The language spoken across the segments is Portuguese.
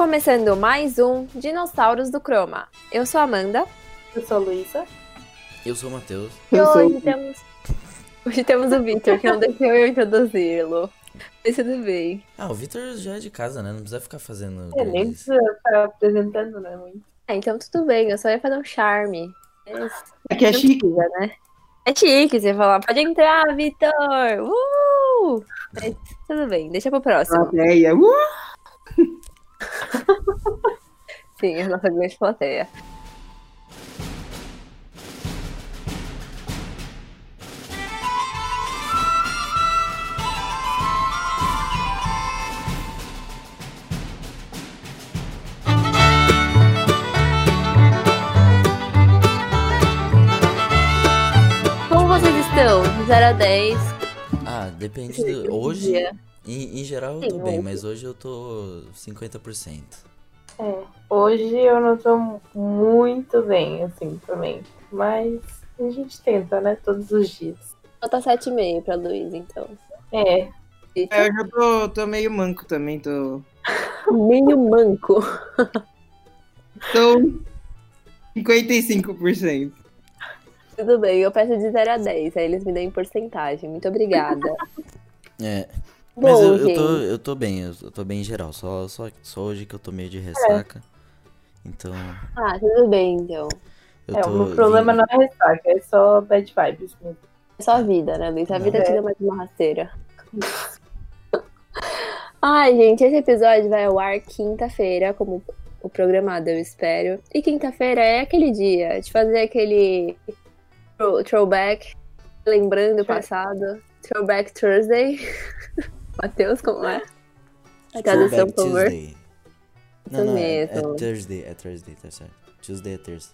começando mais um Dinossauros do Chroma. Eu sou a Amanda. Eu sou a Luísa. Eu sou o Matheus. E hoje temos o Victor, que não deixou eu introduzi-lo. Mas tudo bem. O Victor já é de casa, né? Não precisa ficar fazendo Nem grandes... precisa ficar apresentando, né? Muito. Então tudo bem, eu só ia fazer um charme. É que é chique. Precisa, né? É chique você falar, pode entrar, Victor! Mas tudo bem, deixa pro próximo. Plateia. Sim, a nossa grande plateia. Como vocês estão? De 0 a 10. Depende do... Hoje, em geral, eu tô Sim, bem, hoje. mas hoje eu tô 50%. Hoje eu não tô muito bem, assim, também. Mas a gente tenta, né? Todos os dias. Nota 7,5 pra Luísa, então. Eu já tô meio manco também, tô Meio manco. 55%. Tudo bem, eu peço de 0 a 10, aí eles me dão em porcentagem. Muito obrigada. Mas Bom, eu tô bem, eu tô bem em geral. Só hoje que eu tô meio de ressaca. Então... tudo bem, então. o meu problema não é ressaca, é só bad vibes mesmo. É só a vida, né, Luiz? A vida Não. te deu mais uma rasteira. Ai, gente, esse episódio vai ao ar quinta-feira, como o programado, eu espero. E quinta-feira é aquele dia de fazer aquele throwback, lembrando o passado. Throwback Thursday. Matheus, como é? A tradução, Throwback por favor. Tuesday. Não, é mesmo. Thursday, tá certo. Tuesday é terça.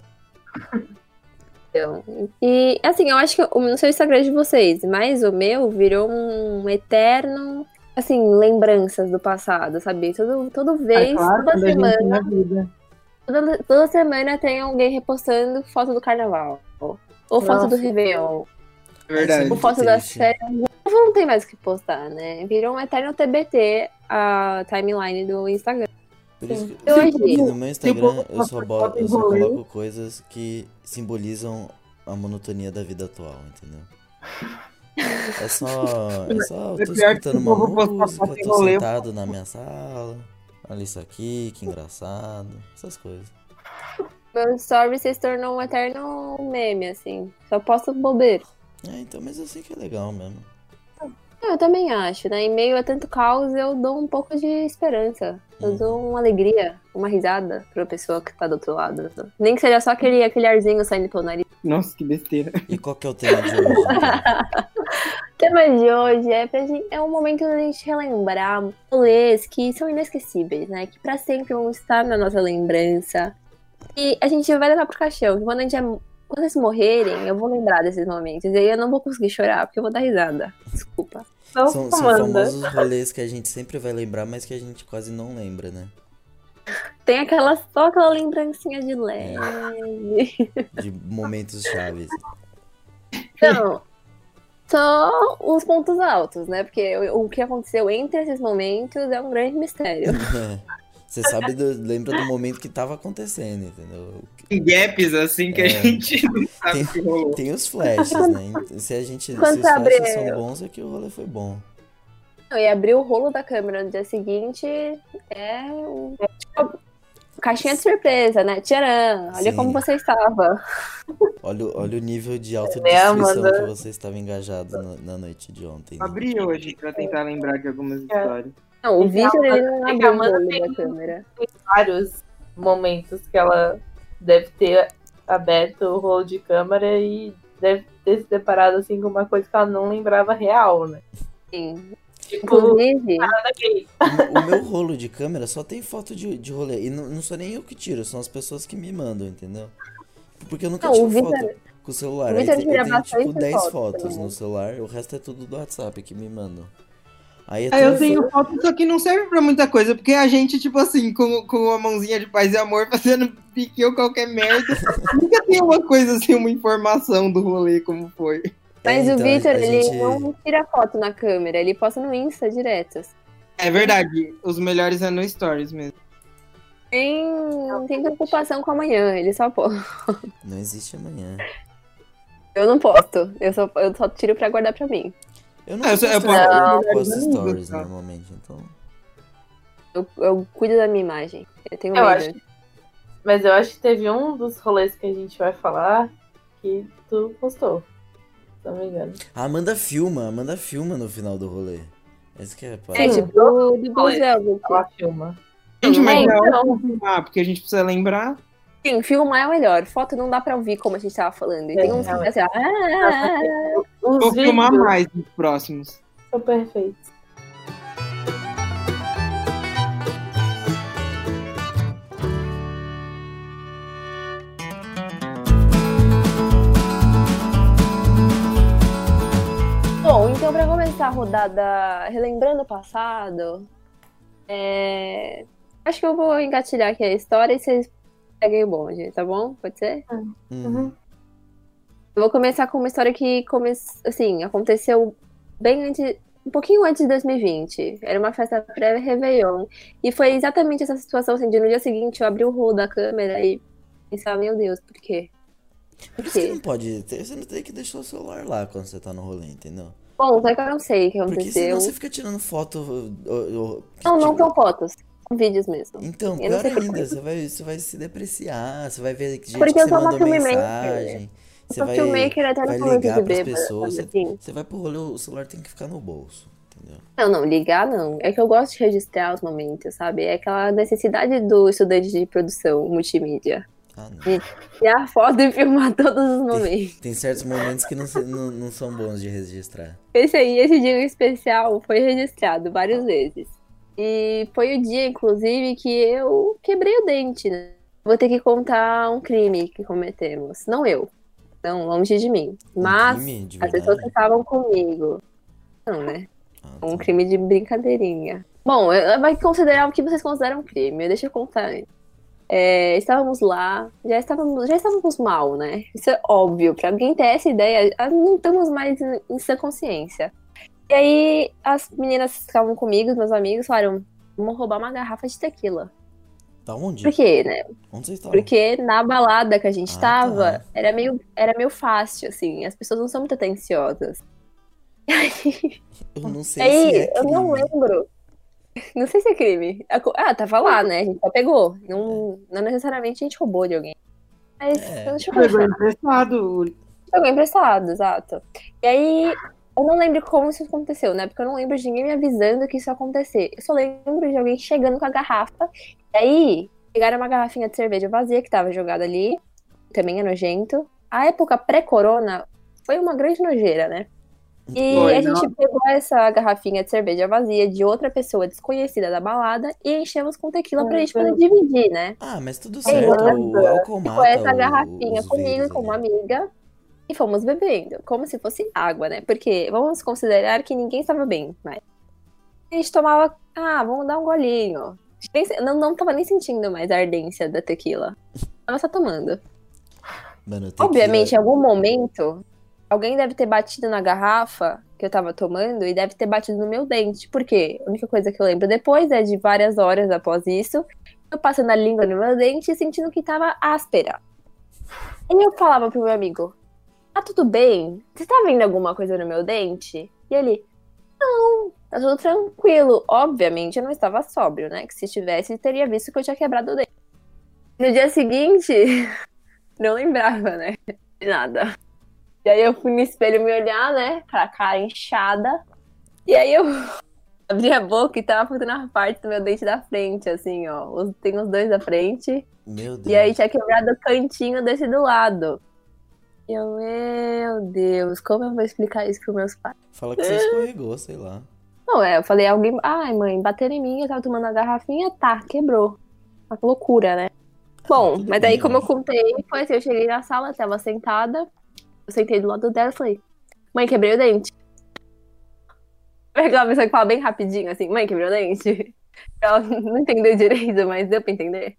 Então, e assim, eu acho que no seu Instagram de vocês, mas o meu virou um eterno, assim, lembranças do passado, sabe? Toda vez, toda semana, toda semana tem alguém repostando foto do carnaval. Ou foto do Réveillon. Verdade. Ou foto das férias. Não tem mais o que postar, né? Virou um eterno TBT a timeline do Instagram. Por isso que Hoje, no meu Instagram eu só coloco coisas que simbolizam a monotonia da vida atual, entendeu? É só eu tô escutando uma música, tô sentado na minha sala, olha isso aqui, que engraçado, essas coisas. meu story se tornou um eterno meme, assim. Só posto bobeira. Então, mas eu sei que é legal mesmo. Eu também acho, né? Em meio a tanto caos, eu dou um pouco de esperança. Eu dou uma alegria, uma risada pra pessoa que tá do outro lado. Nem que seja só aquele arzinho saindo pelo nariz. Nossa, que besteira. E qual que é o tema de hoje, então? O tema de hoje é um momento da gente relembrar rolês que são inesquecíveis, né? Que pra sempre vão estar na nossa lembrança. E a gente vai levar pro caixão. Quando eles morrerem, eu vou lembrar desses momentos. E aí eu não vou conseguir chorar, porque eu vou dar risada. Desculpa. São famosos rolês que a gente sempre vai lembrar, mas que a gente quase não lembra, né? Tem só aquela lembrancinha de leve. De momentos chaves. Não, só os pontos altos, né? Porque o que aconteceu entre esses momentos é um grande mistério. Você lembra do momento que tava acontecendo, entendeu? Tem gaps assim que a gente não sabe o que rolou. Tem os flashes, né? Se os Quando você flashes são bons, é que o rolê foi bom. E abrir o rolo da câmera no dia seguinte é tipo, caixinha de surpresa, né? Tcharam! Olha como você estava. Olha o nível de autodestruição que você estava engajado na noite de ontem. Né? Abri hoje pra tentar lembrar de algumas histórias. Não, o Victor, ele não abriu o rolo da câmera. Tem vários momentos que ela deve ter aberto o rolo de câmera e deve ter se deparado assim com uma coisa que ela não lembrava real, né? Sim. Tipo, Inclusive, o meu rolo de câmera só tem foto de rolê. E não sou nem eu que tiro, são as pessoas que me mandam, entendeu? Porque eu nunca tiro foto com o celular. O Victor eu tira tenho tipo 10 fotos fotos também. no celular, o resto é tudo do WhatsApp que me mandam. Aí eu tenho foto, só que não serve pra muita coisa, porque a gente, tipo assim, com a mãozinha de paz e amor, fazendo pique ou qualquer merda, nunca tem uma coisa assim, uma informação do rolê, como foi. Mas então, o Victor, ele gente... não tira foto na câmera, ele posta no Insta direto. É verdade, os melhores é no Stories mesmo. Tem preocupação com amanhã, ele só pô. Não existe amanhã. Eu não posto, eu só tiro pra guardar pra mim. Eu não posto stories tá? normalmente, então... Eu cuido da minha imagem. Eu tenho Eu medo. Mas eu acho que teve um dos rolês que a gente vai falar que tu postou. Se não me engano. Ah, manda filma no final do rolê. Esse que é É, tipo, do museu. Ela filma. Gente, mas então. é ótimo filmar, porque a gente precisa lembrar. Sim, filmar é melhor. Foto não dá pra ouvir, como a gente tava falando. E tem uns que assim, Vou filmar mais nos próximos. São perfeitos. Bom, então pra começar a rodada relembrando o passado, acho que eu vou engatilhar aqui a história e vocês peguem o bonde, tá bom? Pode ser? Uhum. Eu vou começar com uma história que aconteceu um pouquinho antes de 2020. Era uma festa pré-Réveillon. E foi exatamente essa situação, assim, de no dia seguinte eu abri o rolo da câmera e pensava, meu Deus, por quê? Por Você quê? não pode ter, você não tem que deixar o celular lá quando você tá no rolê, entendeu? Bom, só que eu não sei o que Porque aconteceu. senão você fica tirando foto. Não são fotos, são vídeos mesmo. Então, Eu não pior sei por ainda, quê. você vai se depreciar, você vai ver gente Porque que eu você sou uma mandou filmmaker. mensagem. Você Eu sou filmmaker até no vai momento ligar de pras bêbada, pessoas. sabe assim? Você vai pro rolê, o celular tem que ficar no bolso, entendeu? Não, ligar não. É que eu gosto de registrar os momentos, sabe? É aquela necessidade do estudante de produção multimídia. Ah, não. De tirar foto e filmar todos os momentos. Tem certos momentos que não são bons de registrar. Esse dia em especial, foi registrado várias vezes. E foi o dia, inclusive, que eu quebrei o dente, né? Vou ter que contar um crime que cometemos. Não eu. Não, longe de mim. Mas crime, de as pessoas verdade? que estavam comigo. Não, né? Ah, Um tá. crime de brincadeirinha. Bom, vai considerar o que vocês consideram crime. Deixa eu contar antes. Estávamos lá, já estávamos mal, né? Isso é óbvio. Pra quem tem essa ideia, não estamos mais em sã consciência. E aí, as meninas que estavam comigo, meus amigos, falaram: vamos roubar uma garrafa de tequila. Tá onde? Por quê, né? Onde vocês estavam? Porque na balada que a gente tava, tá. era meio fácil, assim. As pessoas não são muito atenciosas. Eu não sei Aí, se é eu crime. não lembro. Não sei se é crime. Tava lá, né? A gente só pegou. Não necessariamente a gente roubou de alguém. Mas deixa eu Pegou pensar. emprestado. Pegou emprestado, exato. E aí, eu não lembro como isso aconteceu, né? Porque eu não lembro de ninguém me avisando que isso ia acontecer. Eu só lembro de alguém chegando com a garrafa. E aí, pegaram uma garrafinha de cerveja vazia que tava jogada ali. Também é nojento. A época pré-corona foi uma grande nojeira, né? E a gente pegou essa garrafinha de cerveja vazia de outra pessoa desconhecida da balada e enchemos com tequila pra gente poder dividir, né? Ah, mas tudo E certo. aí, O álcool mata ficou essa garrafinha os comigo e vírus com uma ali. amiga e fomos bebendo, como se fosse água, né? Porque vamos considerar que ninguém estava bem, mas a gente tomava, vamos dar um golinho. Não tava nem sentindo mais a ardência da tequila. Tava só tomando. Mano, tequila... Obviamente, em algum momento, alguém deve ter batido na garrafa que eu tava tomando e deve ter batido no meu dente. Por quê? A única coisa que eu lembro depois é de várias horas após isso, eu passando a língua no meu dente e sentindo que tava áspera. E eu falava pro meu amigo: tudo bem? Você tá vendo alguma coisa no meu dente? E ele: não, tá tudo tranquilo. Obviamente eu não estava sóbrio, né? Que se tivesse, teria visto que eu tinha quebrado o dente. No dia seguinte, não lembrava, né? De nada. E aí eu fui no espelho me olhar, né? Pra cara inchada. E aí eu abri a boca e tava faltando a parte do meu dente da frente, assim, ó. Tem os dois da frente. Meu Deus. E aí tinha quebrado o cantinho desse do lado. E eu, meu Deus, como eu vou explicar isso pros meus pais? Fala que você escorregou, sei lá. Não, eu falei, alguém... Ai, mãe, bateram em mim, eu tava tomando a garrafinha, quebrou. Uma loucura, né? Bom, mas aí como eu contei, foi assim, eu cheguei na sala, tava sentada. Eu sentei do lado dela e falei: mãe, quebrei o dente. Aquela pessoa que fala bem rapidinho, assim: mãe, quebrei o dente. Ela não entendeu direito, mas deu pra entender.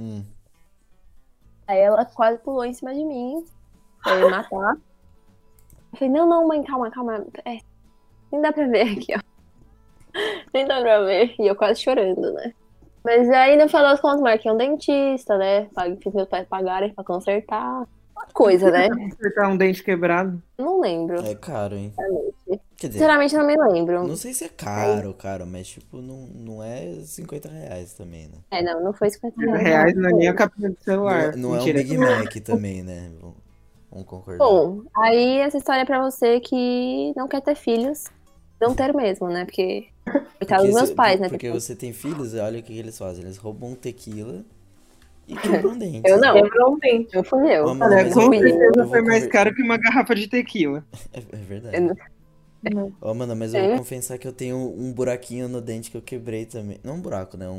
Aí ela quase pulou em cima de mim pra me matar. Eu falei: não, mãe, calma. Nem dá pra ver aqui, ó. Nem dá pra ver. E eu quase chorando, né? Mas aí, no final das contas, marquei um dentista, né? Fiz meus pais pagarem pra consertar. Uma coisa, né? Consertar um dente quebrado. Não lembro. É caro, hein? Quer dizer, Sinceramente, não me lembro. não sei se é caro, mas tipo, não é R$50 também, né? Não foi 50 R$50 não é nem a capinha do celular. Não é um Big Mac também, né? Vamos concordar. Bom, aí essa história é pra você que não quer ter filhos. Não ter mesmo, né? Porque coitado dos meus pais, né? Porque você tem filhos, olha o que eles fazem. Eles roubam um tequila e quebram um dente. Eu não. Quebrou um dente. Eu fui eu. Olha, com certeza foi mais caro que uma garrafa de tequila. É verdade. Mano, mas eu vou confessar que eu tenho um buraquinho no dente que eu quebrei também. Não um buraco, né?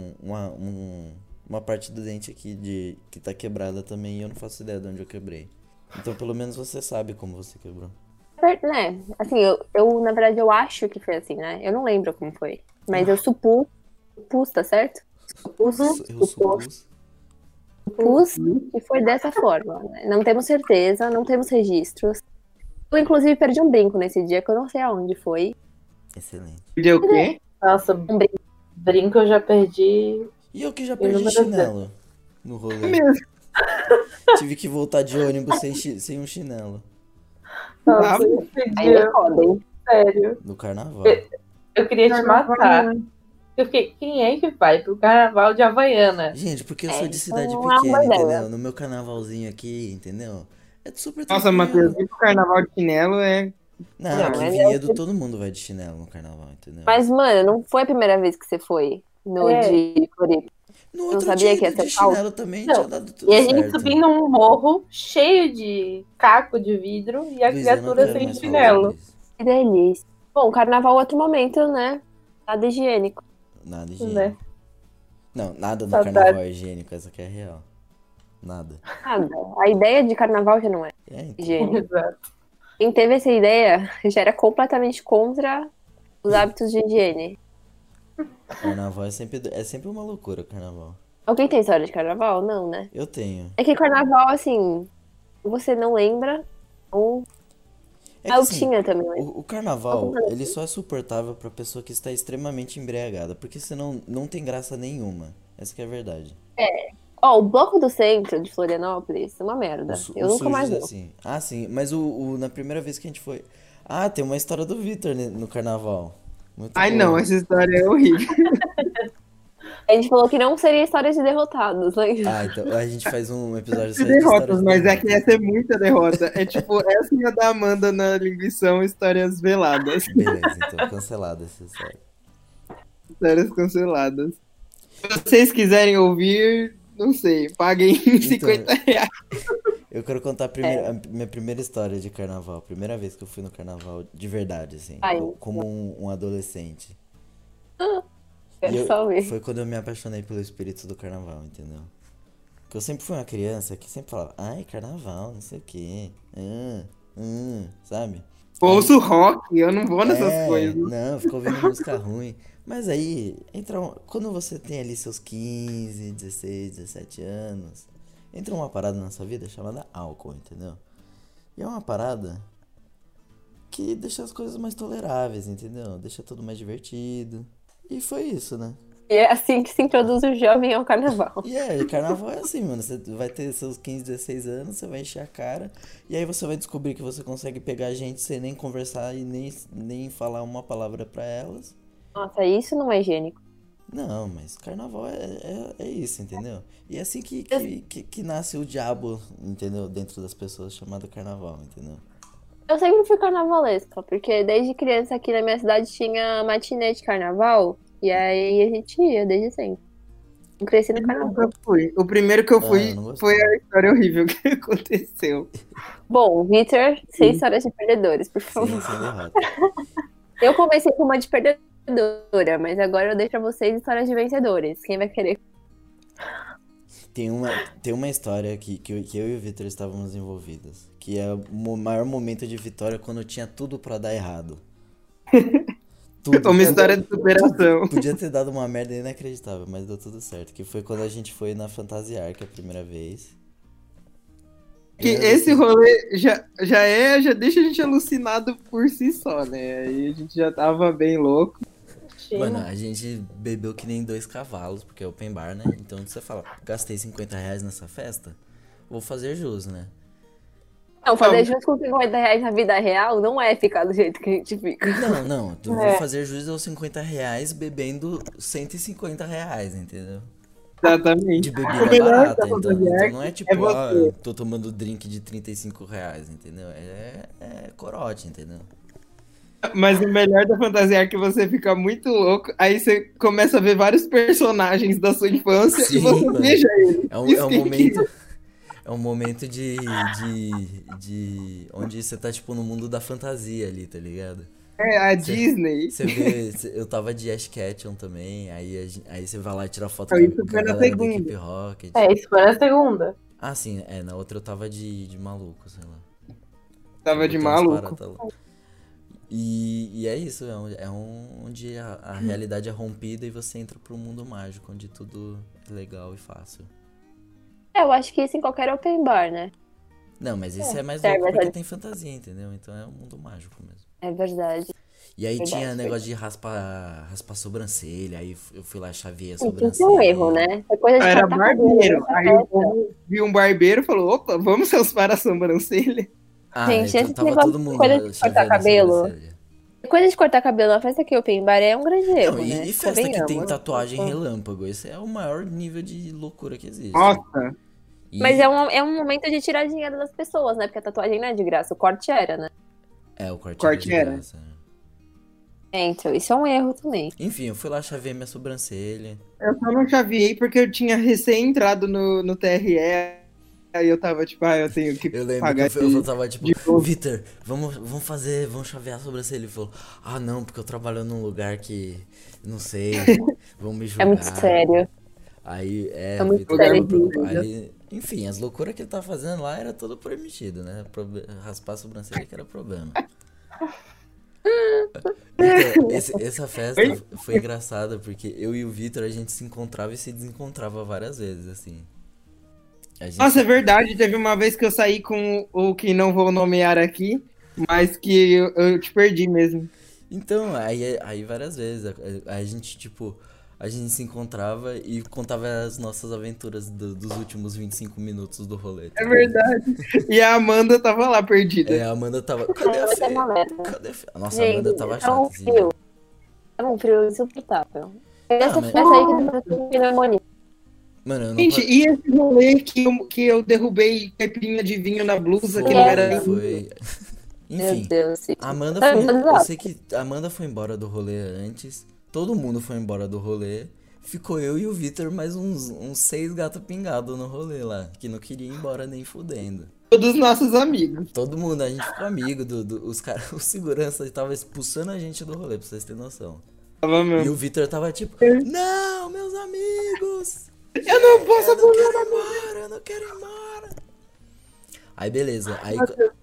Uma parte do dente aqui que tá quebrada também e eu não faço ideia de onde eu quebrei. Então pelo menos você sabe como você quebrou. Né? Assim, eu na verdade, eu acho que foi assim, né? Eu não lembro como foi. Mas eu supus, tá certo? Supus que foi dessa forma, né? Não temos certeza, não temos registros. Eu, inclusive, perdi um brinco nesse dia, que eu não sei aonde foi. Excelente. Perdeu o quê? Nossa, brinco eu já perdi. E eu que já perdi chinelo no rolê. É mesmo. Tive que voltar de ônibus sem um chinelo. Nossa, esse dia, sério. No carnaval. Eu queria te matar. Eu fiquei, quem é que vai pro carnaval de Havaiana? Gente, porque eu sou de cidade não é pequena, uma ideia. entendeu? No meu carnavalzinho aqui, entendeu? É super Nossa, tranquilo. Matheus, ir pro carnaval de chinelo é... Não, Não, aqui mas Vinhedo todo mundo vai de chinelo no carnaval, entendeu? Mas, mano, não foi a primeira vez que você foi no de Floripa. No não outro sabia dia que ia de ser chinelo falso? também Não. tinha dado tudo E a certo. gente subindo um morro cheio de caco de vidro e a Luiz, eu não criatura quero sem mais falar chinelo. sobre isso. Que delícia. Bom, carnaval é outro momento, né? Nada higiênico. Nada higiênico. Né? Não, nada no Saudade. carnaval é higiênico, essa aqui é real. Nada. Nada. A ideia de carnaval já não é Então. higiênico. Exato. Quem teve essa ideia já era completamente contra os hábitos de higiene. Carnaval é sempre uma loucura, carnaval. Alguém tem história de carnaval? Não, né? Eu tenho. É que carnaval, assim, você não lembra ou... É que, eu assim, tinha também, mas... o carnaval, ele só é suportável pra pessoa que está extremamente embriagada, porque senão não tem graça nenhuma. Essa que é a verdade. Ó, o Bloco do Centro de Florianópolis é uma merda. Eu nunca mais vou. Assim. Ah, sim, mas na primeira vez que a gente foi... Ah, tem uma história do Vitor no carnaval. Muito Ai, boa. não, essa história é horrível. A gente falou que não seria história de derrotados, né? Ah, então a gente faz um episódio só de Derrotas, histórias mas de é que essa é muita derrota. É tipo, essa e a da Amanda na Linguição, histórias veladas. Beleza, então, cancelada essa história. Histórias canceladas. Se vocês quiserem ouvir, não sei, paguem R$50. Eu quero contar a minha primeira história de carnaval. Primeira vez que eu fui no carnaval de verdade, assim. Ai, como um adolescente. Quero só ver. Foi quando eu me apaixonei pelo espírito do carnaval, entendeu? Porque eu sempre fui uma criança que sempre falava, ai, carnaval, não sei o quê. Sabe? Ouço rock, eu não vou nessas coisas. Não, ficou ouvindo música ruim. Mas aí, quando você tem ali seus 15, 16, 17 anos, entra uma parada na sua vida chamada álcool, entendeu? E é uma parada que deixa as coisas mais toleráveis, entendeu? Deixa tudo mais divertido. E foi isso, né? E é assim que se introduz o jovem ao carnaval. E carnaval é assim, mano. Você vai ter seus 15, 16 anos, você vai encher a cara. E aí você vai descobrir que você consegue pegar gente sem nem conversar e nem falar uma palavra pra elas. Nossa, isso não é higiênico. Não, mas carnaval é isso, entendeu? E é assim que nasce o diabo, entendeu? Dentro das pessoas, chamado carnaval, entendeu? Eu sempre fui carnavalesca, porque desde criança aqui na minha cidade tinha matinê de carnaval, e aí a gente ia desde sempre. Eu cresci no Eu carnaval. nunca fui. O primeiro que eu fui foi a história horrível que aconteceu. Bom, Vitor, sem histórias de perdedores, por favor. Sim, sem derrota. Eu comecei com uma de perdedora, mas agora eu deixo pra vocês histórias de vencedores. Quem vai querer? Tem uma história que eu e o Vitor estávamos envolvidos. Que é o maior momento de vitória quando tinha tudo pra dar errado. Tudo. Uma história de superação. Podia ter dado uma merda inacreditável, mas deu tudo certo. Que foi quando a gente foi na Fantasiark a primeira vez. Que esse rolê já deixa a gente alucinado por si só, né? Aí a gente já tava bem louco. autoestima. Mano, a gente bebeu que nem 2 cavalos, porque é open bar, né? Então você fala, gastei R$ 50 nessa festa, vou fazer jus, né? Não, fazer jus com R$ 50 na vida real não é ficar do jeito que a gente fica. Não, eu vou fazer jus aos R$ 50 bebendo R$ 150, entendeu? Exatamente. De bebida barata, então não é tipo, tô tomando drink de R$ 35, entendeu? É corote, entendeu? Mas o melhor da fantasia é que você fica muito louco, aí você começa a ver vários personagens da sua infância e você veja eles. É um momento de onde você tá, tipo, no mundo da fantasia ali, tá ligado? Disney. Você vê, eu tava de Ash Ketchum também, aí você vai lá e tira foto com a galera da equipe Rocket. Isso foi na segunda. Ah, sim, na outra eu tava de maluco, sei lá. Tava de maluco. E é isso, onde a realidade é rompida e você entra pro mundo mágico, onde tudo é legal e fácil. Eu acho que isso em qualquer open bar, né? Não, mas esse é mais louco porque tem fantasia, entendeu? Então é um mundo mágico mesmo. É verdade. E aí tinha negócio de raspar sobrancelha, aí eu fui lá chaveei a sobrancelha. Isso é um erro, né? É coisa de era barbeiro. Aí eu vi um barbeiro e falou, opa, vamos raspar a sobrancelha. Gente, então tava todo mundo coisa de cortar cabelo. Coisa de cortar cabelo na festa que open bar é um grande erro, né? E festa que tem tatuagem relâmpago, esse é o maior nível de loucura que existe. Nossa! Mas é um momento de tirar dinheiro das pessoas, né? Porque a tatuagem não é de graça, o corte era, né? O corte era de graça. Então, isso é um erro também. Enfim, eu fui lá, chaveei minha sobrancelha. Eu só não chaveei porque eu tinha recém entrado no TRE. Aí eu tava tipo, eu tenho que pagar. Eu tava tipo, Vitor, vamos chavear a sobrancelha. Ele falou, não, porque eu trabalho num lugar que, não sei, vão me julgar. É muito sério. Aí, é muito sério. Aí, enfim, as loucuras que ele tava fazendo lá era tudo permitido, né? Raspar a sobrancelha que era problema. Então, essa festa foi engraçada, porque eu e o Vitor, a gente se encontrava e se desencontrava várias vezes, assim. Nossa, é verdade. Teve uma vez que eu saí com o que não vou nomear aqui, mas que eu te perdi mesmo. Então, aí várias vezes. A gente, tipo, a gente se encontrava e contava as nossas aventuras dos últimos 25 minutos do rolê. É verdade. E a Amanda tava lá perdida. A Amanda tava... Cadê a Fê? Cadê a Fê? Nossa, a Amanda tava chata. Tava um frio insuportável. Essa festa aí que eu pneumonia. Mano, eu não... Gente, e esse rolê que eu derrubei caipirinha de vinho na blusa, que não era... Foi... Enfim, meu Deus, a Amanda foi... Eu sei que a Amanda foi embora do rolê antes, todo mundo foi embora do rolê, ficou eu e o Vitor mais uns 6 gatos pingados no rolê lá, que não queria ir embora nem fudendo. Todos nossos amigos. Todo mundo, a gente ficou amigo, os caras, o segurança tava expulsando a gente do rolê, pra vocês terem noção. E o Vitor tava tipo, não, meus amigos... Eu não posso eu não quero ir embora. Aí beleza. Aí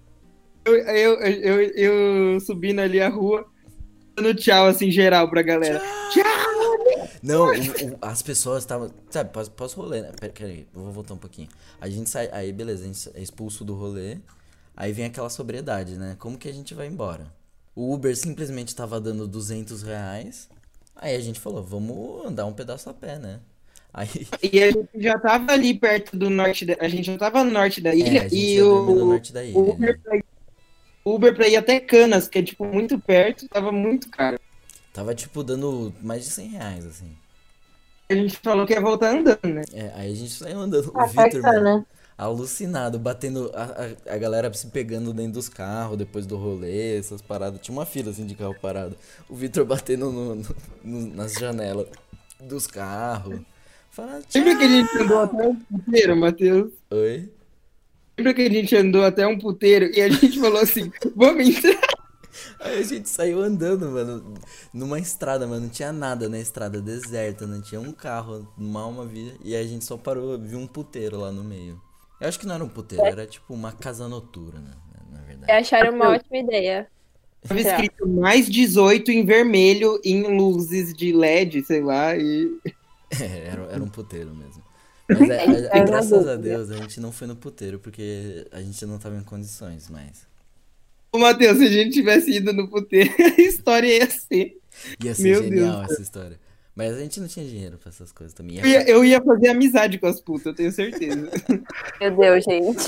eu subindo ali a rua, dando tchau assim geral pra galera. Tchau! Não, as pessoas estavam, sabe, pós-rolê, né? Peraí, eu vou voltar um pouquinho. A gente sai, aí beleza, a gente é expulso do rolê. Aí vem aquela sobriedade, né? Como que a gente vai embora? O Uber simplesmente tava dando R$ 200. Aí a gente falou, vamos andar um pedaço a pé, né? Aí... E a gente já tava ali perto do norte, a gente já tava no norte da ilha, e no norte da ilha, o Uber pra ir até Canas, que é tipo muito perto, tava muito caro. Tava tipo dando mais de R$ 100, assim. A gente falou que ia voltar andando, né? Aí a gente saiu andando, o Vitor, mano, alucinado, batendo, a galera se pegando dentro dos carros depois do rolê, essas paradas. Tinha uma fila assim de carro parado. O Vitor batendo nas janelas dos carros. Lembra que a gente andou até um puteiro, Matheus? Oi? Lembra que a gente andou até um puteiro e a gente falou assim, vamos entrar? Aí a gente saiu andando, mano, numa estrada, mano, não tinha nada na estrada, deserta, não tinha um carro, mal uma via, e a gente só parou, viu um puteiro lá no meio. Eu acho que não era um puteiro, era tipo uma casa noturna, na verdade. Acharam uma ótima ideia. Tava escrito mais 18 em vermelho, em luzes de LED, sei lá, e... Era um puteiro mesmo. Mas graças a Deus a gente não foi no puteiro, porque a gente não tava em condições, mas... Ô, Matheus, se a gente tivesse ido no puteiro, a história ia ser... Ia ser Meu genial Deus. essa história. Mas a gente não tinha dinheiro pra essas coisas também. Eu ia fazer amizade com as putas, eu tenho certeza. Meu Deus, gente.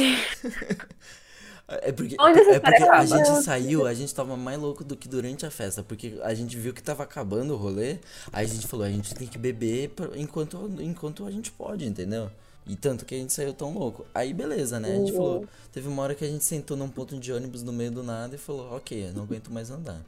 É porque, Onde essa é porque história a acaba? gente saiu, a gente tava mais louco do que durante a festa, porque a gente viu que tava acabando o rolê, aí a gente falou, a gente tem que beber enquanto a gente pode, entendeu? E tanto que a gente saiu tão louco. Aí beleza, né? A gente falou, teve uma hora que a gente sentou num ponto de ônibus no meio do nada e falou, ok, eu não aguento mais andar.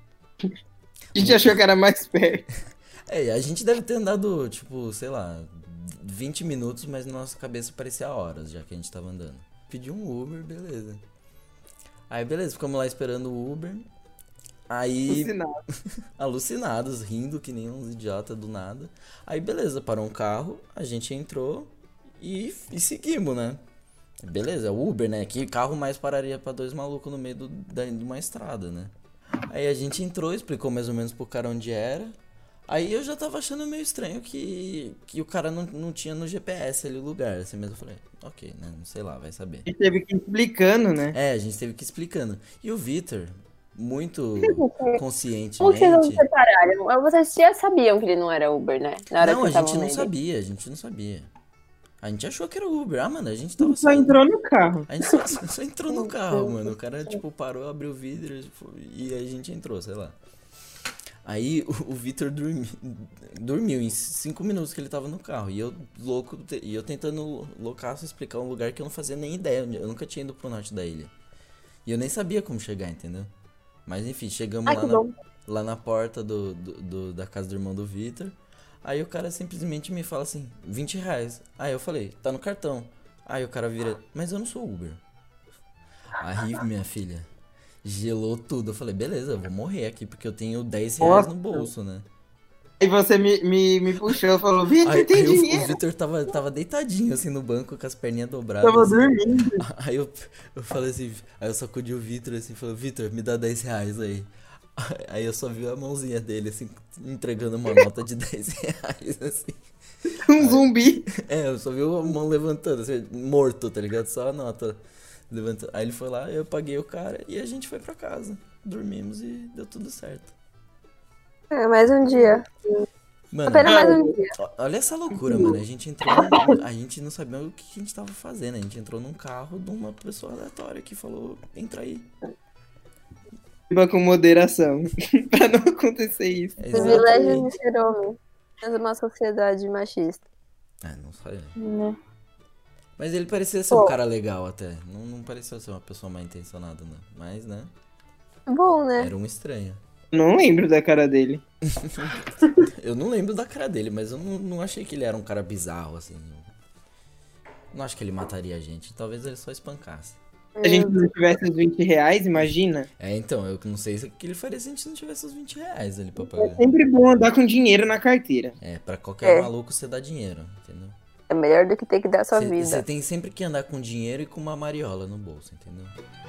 A gente achou que era mais perto. É, a gente deve ter andado, tipo, sei lá, 20 minutos, mas na nossa cabeça parecia horas, já que a gente tava andando. Pedi um Uber, beleza. Aí beleza, ficamos lá esperando o Uber. Aí, alucinados, rindo que nem uns idiotas do nada. Aí beleza, parou um carro, a gente entrou e seguimos, né? Beleza, o Uber, né? Que carro mais pararia pra dois malucos no meio de uma estrada, né? Aí a gente entrou, explicou mais ou menos pro cara onde era. Aí eu já tava achando meio estranho que o cara não tinha no GPS ali o lugar. Assim mesmo eu falei, ok, né? Não sei lá, vai saber. A gente teve que ir explicando, né? É, a gente teve que ir explicando. E o Vitor, muito Como que vocês não conscientemente... separaram? Vocês já sabiam que ele não era Uber, né? Na hora Não, que a estavam gente não nele. sabia, a gente não sabia. A gente achou que era Uber. Ah, mano, a gente tava Só entrou no carro. A gente só entrou no carro, mano. O cara, tipo, parou, abriu o vidro e a gente entrou, sei lá. Aí o Vitor dormiu em 5 minutos que ele tava no carro. E eu louco, e eu tentando loucaço explicar um lugar que eu não fazia nem ideia. Eu nunca tinha ido pro norte da ilha. E eu nem sabia como chegar, entendeu? Mas enfim, chegamos lá na porta da casa do irmão do Vitor. Aí o cara simplesmente me fala assim, 20 reais. Aí eu falei, tá no cartão. Aí o cara vira, mas eu não sou Uber. Aí, minha filha, gelou tudo. Eu falei, beleza, eu vou morrer aqui, porque eu tenho 10 reais no bolso, né? Aí você me puxou e falou, Vitor, tem dinheiro. O Vitor tava deitadinho assim no banco, com as perninhas dobradas. Tava assim. dormindo. Aí eu falei assim, aí eu sacudi o Vitor assim, falei, Vitor, me dá 10 reais aí. Aí eu só vi a mãozinha dele, assim, entregando uma nota de 10 reais, assim. Um zumbi. É, eu só vi a mão levantando, assim, morto, tá ligado? Só a nota levantando. Aí ele foi lá, eu paguei o cara e a gente foi pra casa. Dormimos e deu tudo certo. É, mais um dia. Mano, Apenas mais um dia. olha essa loucura, mano. A gente entrou a gente não sabia o que a gente tava fazendo. A gente entrou num carro de uma pessoa aleatória que falou, entra aí. Com moderação. Pra não acontecer isso. Privilégios de ser homem. Temos uma sociedade machista. Ah, não sei. Né? Mas ele parecia ser um cara legal até. Não pareceu ser uma pessoa mal intencionada, não. Mas, né? Bom, né? Era um estranho. Não lembro da cara dele. Eu não lembro da cara dele, mas eu não achei que ele era um cara bizarro, assim. Não acho que ele mataria a gente. Talvez ele só espancasse. Se a gente não tivesse os 20 reais, imagina. É, então, eu não sei o que ele faria se a gente não tivesse os 20 reais ali pra pagar. É sempre bom andar com dinheiro na carteira. É, pra qualquer maluco você dá dinheiro, entendeu? É melhor do que ter que dar sua vida. Você tem sempre que andar com dinheiro e com uma mariola no bolso, entendeu?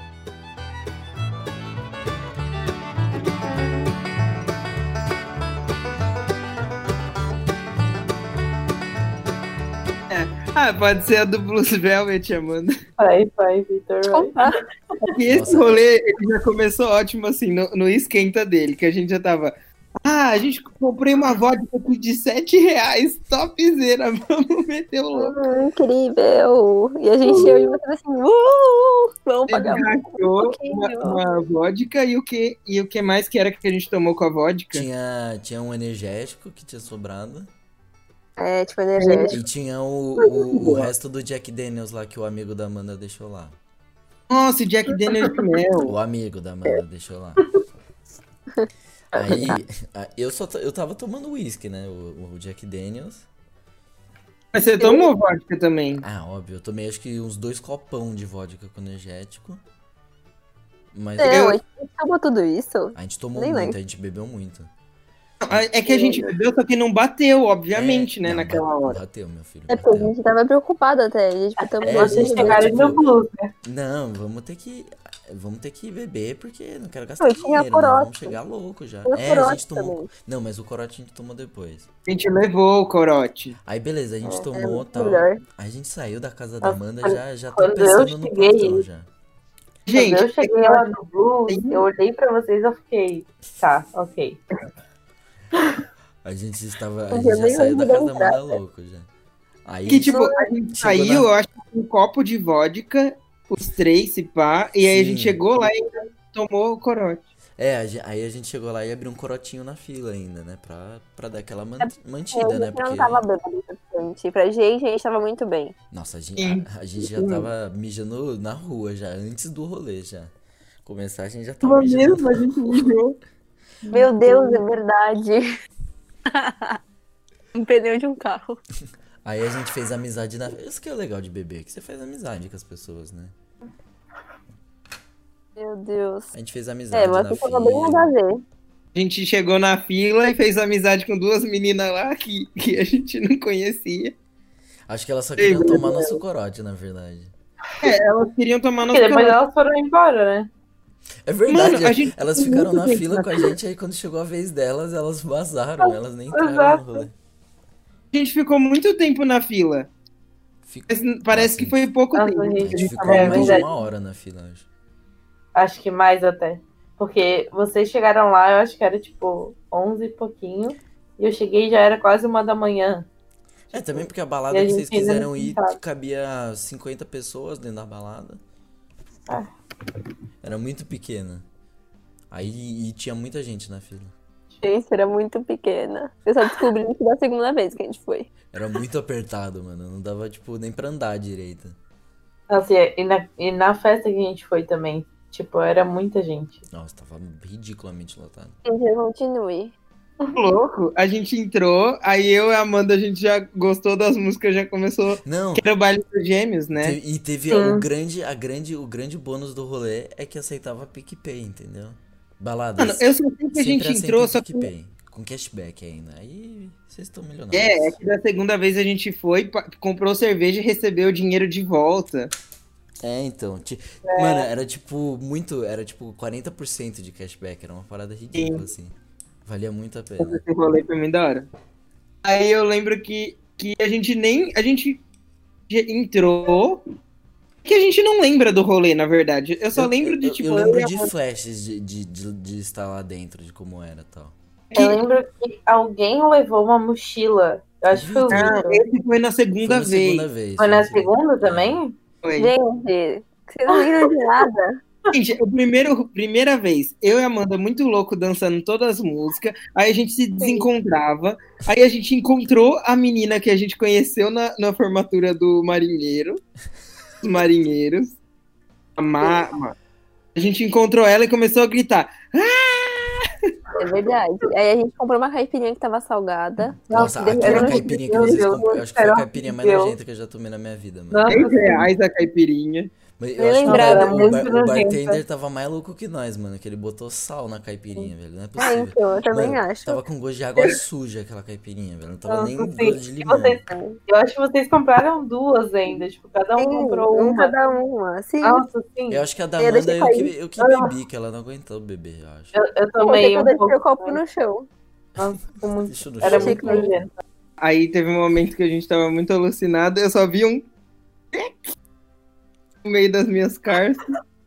Ah, pode ser a do Blues Velvet, Amanda. Vai, Vitor, vai. E esse rolê, ele já começou ótimo, assim, no esquenta dele, que a gente já tava... Ah, a gente comprei uma vodka aqui de 7 reais, topzera, vamos meter o louco. Incrível! E a gente eu e você assim, vamos pagar uma vodka e o que mais que era que a gente tomou com a vodka? Tinha um energético que tinha sobrado. É, tipo energético. E tinha o resto do Jack Daniels lá que o amigo da Amanda deixou lá. Nossa, o Jack Daniels de mel. O amigo da Amanda deixou lá. Aí, eu tava tomando uísque, né? O Jack Daniels. Mas você tomou vodka também? Ah, óbvio. Eu tomei acho que uns 2 copão de vodka com energético. Mas a gente tomou tudo isso? A gente tomou Nem muito, lembro. a gente bebeu muito. É que a gente bebeu, só que não bateu, obviamente, né, não, naquela hora. Bateu, meu filho. É porque a gente tava preocupado até. A gente tava Vocês chegaram no blues, né? Não, vamos ter que beber porque não quero gastar Tinha dinheiro, né? corote. Vamos chegar louco já. Tinha A gente tomou. também. Não, mas o corote a gente tomou depois. A gente levou o corote. Aí beleza, a gente tomou e tal. melhor. Aí a gente saiu da casa da Amanda já quando tropeçando eu no cheguei- portão já. Gente, Quando eu cheguei lá no blues, eu olhei pra vocês e eu fiquei, tá, ok. A gente já saiu da casa da Amanda louco já. Aí, que tipo, a gente saiu, eu acho que com um copo de vodka, os 3, se pá, e aí a gente chegou lá e ainda tomou o corote. Aí a gente chegou lá e abriu um corotinho na fila ainda, né? Pra dar aquela mantida, né? Porque não tava bêbado bastante. Pra gente, a gente tava muito bem. Nossa, a gente já tava mijando na rua já, antes do rolê já. Começar, a gente já tava mijando. Mesmo, a gente mijou. Meu Deus, é verdade. Um pneu de um carro. Aí a gente fez amizade na... Isso que é legal de beber, que você faz amizade com as pessoas, né? Meu Deus. A gente fez amizade na mas fila. bem nada a ver. A gente chegou na fila e fez amizade com 2 meninas lá que a gente não conhecia. Acho que elas só queriam tomar nosso corote, na verdade. Elas queriam tomar nosso Porque depois corote. elas foram embora, né? É verdade, Mano, elas ficaram na fila com a gente, aí quando chegou a vez delas, elas vazaram, elas nem entraram no rolê. A gente ficou muito tempo na fila. Parece que foi pouco tempo. A gente ficou É, mais de verdade. 1 hora na fila, acho. Acho que mais até. Porque vocês chegaram lá, eu acho que era tipo 11 e pouquinho. E eu cheguei e já era quase 1 da manhã. Também porque a balada E a que vocês gente ainda quiseram não ir sabe. cabia 50 pessoas dentro da balada. Era muito pequena. Aí tinha muita gente na fila. Gente, era muito pequena. Eu só descobri isso da segunda vez que a gente foi. Era muito apertado, mano. Não dava, tipo, nem pra andar direito. Assim, e na festa que a gente foi também, tipo, era muita gente. Nossa, tava ridiculamente lotado. Gente, continue. Louco. A gente entrou, aí eu e a Amanda, a gente já gostou das músicas, já começou. Não. Que era o baile dos gêmeos, né? E teve o grande bônus do rolê é que aceitava PicPay, entendeu? Baladas. Mano, eu só sei que a gente entrou, só que... PicPay, com cashback ainda. Aí vocês estão milionários. É que da segunda vez a gente foi, comprou cerveja e recebeu o dinheiro de volta. Então. Mano, era tipo 40% de cashback. Era uma parada ridícula, assim. Valia muito a pena. Esse rolê foi muito da hora. Aí eu lembro que a gente entrou... Que a gente não lembra do rolê, na verdade. Eu só lembro de, tipo... Eu lembro de flashes de estar lá dentro, de como era e tal. Eu lembro que alguém levou uma mochila. Eu acho que foi o Vitor. Esse foi na segunda vez. Foi na segunda também? Foi. Gente, vocês não viram de nada. Gente, primeira vez, eu e a Amanda muito louco dançando todas as músicas, aí a gente se desencontrava, aí a gente encontrou a menina que a gente conheceu na formatura do marinheiro, dos marinheiros, a gente encontrou ela e começou a gritar, É verdade. Aí a gente comprou uma caipirinha que tava salgada. Nossa, aquela caipirinha que vocês compraram, acho que foi a caipirinha mais nojenta que eu já tomei na minha vida, mano. R$10 a caipirinha. Mas Eu lembrava, o bartender tava mais louco que nós, mano. Que ele botou sal na caipirinha, velho. Não é possível. Então, eu também Mano, acho. Tava com gosto de água suja aquela caipirinha, velho. Não tava nem Nossa, gosto de limão. Eu acho que vocês compraram 2 ainda. Tipo, cada um comprou uma. Cada uma, sim. Nossa, sim. Eu acho que a da Amanda eu que bebi, que ela não aguentou beber, eu acho. Eu tomei um pouco. O copo no chão. Nossa, ficou muito... Deixa no Era chão. muito nojento. Aí teve um momento que a gente tava muito alucinado, eu só vi um no meio das minhas carças.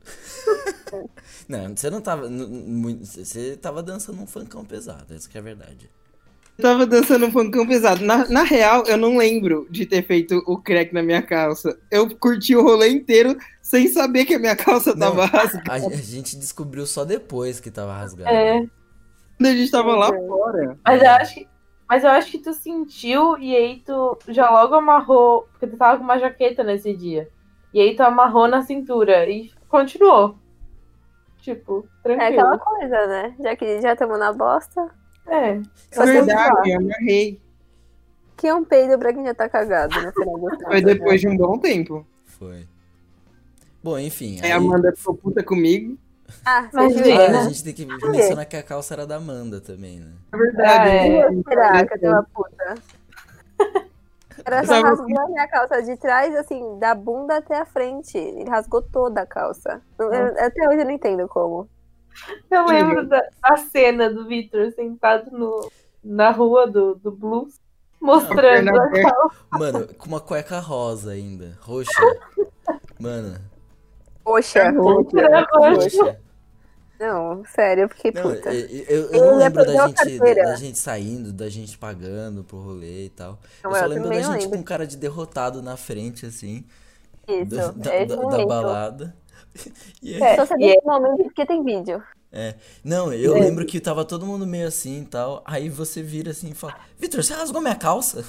Não, você não tava. Você tava dançando um funkão pesado, essa que é a verdade. Eu tava dançando um funkão pesado. Na real, eu não lembro de ter feito o crack na minha calça. Eu curti o rolê inteiro sem saber que a minha calça tava rasgada. A gente descobriu só depois que tava rasgada. Quando a gente tava lá fora. Mas eu acho que tu sentiu e aí tu já logo amarrou, porque tu tava com uma jaqueta nesse dia. E aí tu amarrou na cintura e continuou. Tipo, tranquilo. É aquela coisa, né? Já que já estamos na bosta. É. É verdade, eu amarrei. Que é um peido pra quem já tá cagado no final do Foi depois de um bom tempo. Foi. Bom, enfim. Aí a Amanda ficou puta comigo. Ah, Mas, você viu? A gente tem que mencionar que a calça era da Amanda também, né? É verdade. Será que eu puta? Era só rasgou a minha calça de trás, assim, da bunda até a frente. Ele rasgou toda a calça. Até hoje eu não entendo como. Eu lembro da cena do Vitor sentado na rua do Blues, mostrando a calça. Mano, com uma cueca rosa ainda. Roxa. Mano. Roxa. Roxa. Não, sério, eu fiquei Não, puta. eu não Ele já lembro perdeu a carteira. da gente saindo, da gente pagando pro rolê e tal. Não, Eu só eu lembro da também não gente lembro com cara de derrotado na frente, assim, disso. É esse da momento. balada. E aí, Só sabia esse momento porque tem vídeo. não, eu lembro que tava todo mundo meio assim e tal. Aí você vira assim e fala: Vitor, você rasgou minha calça?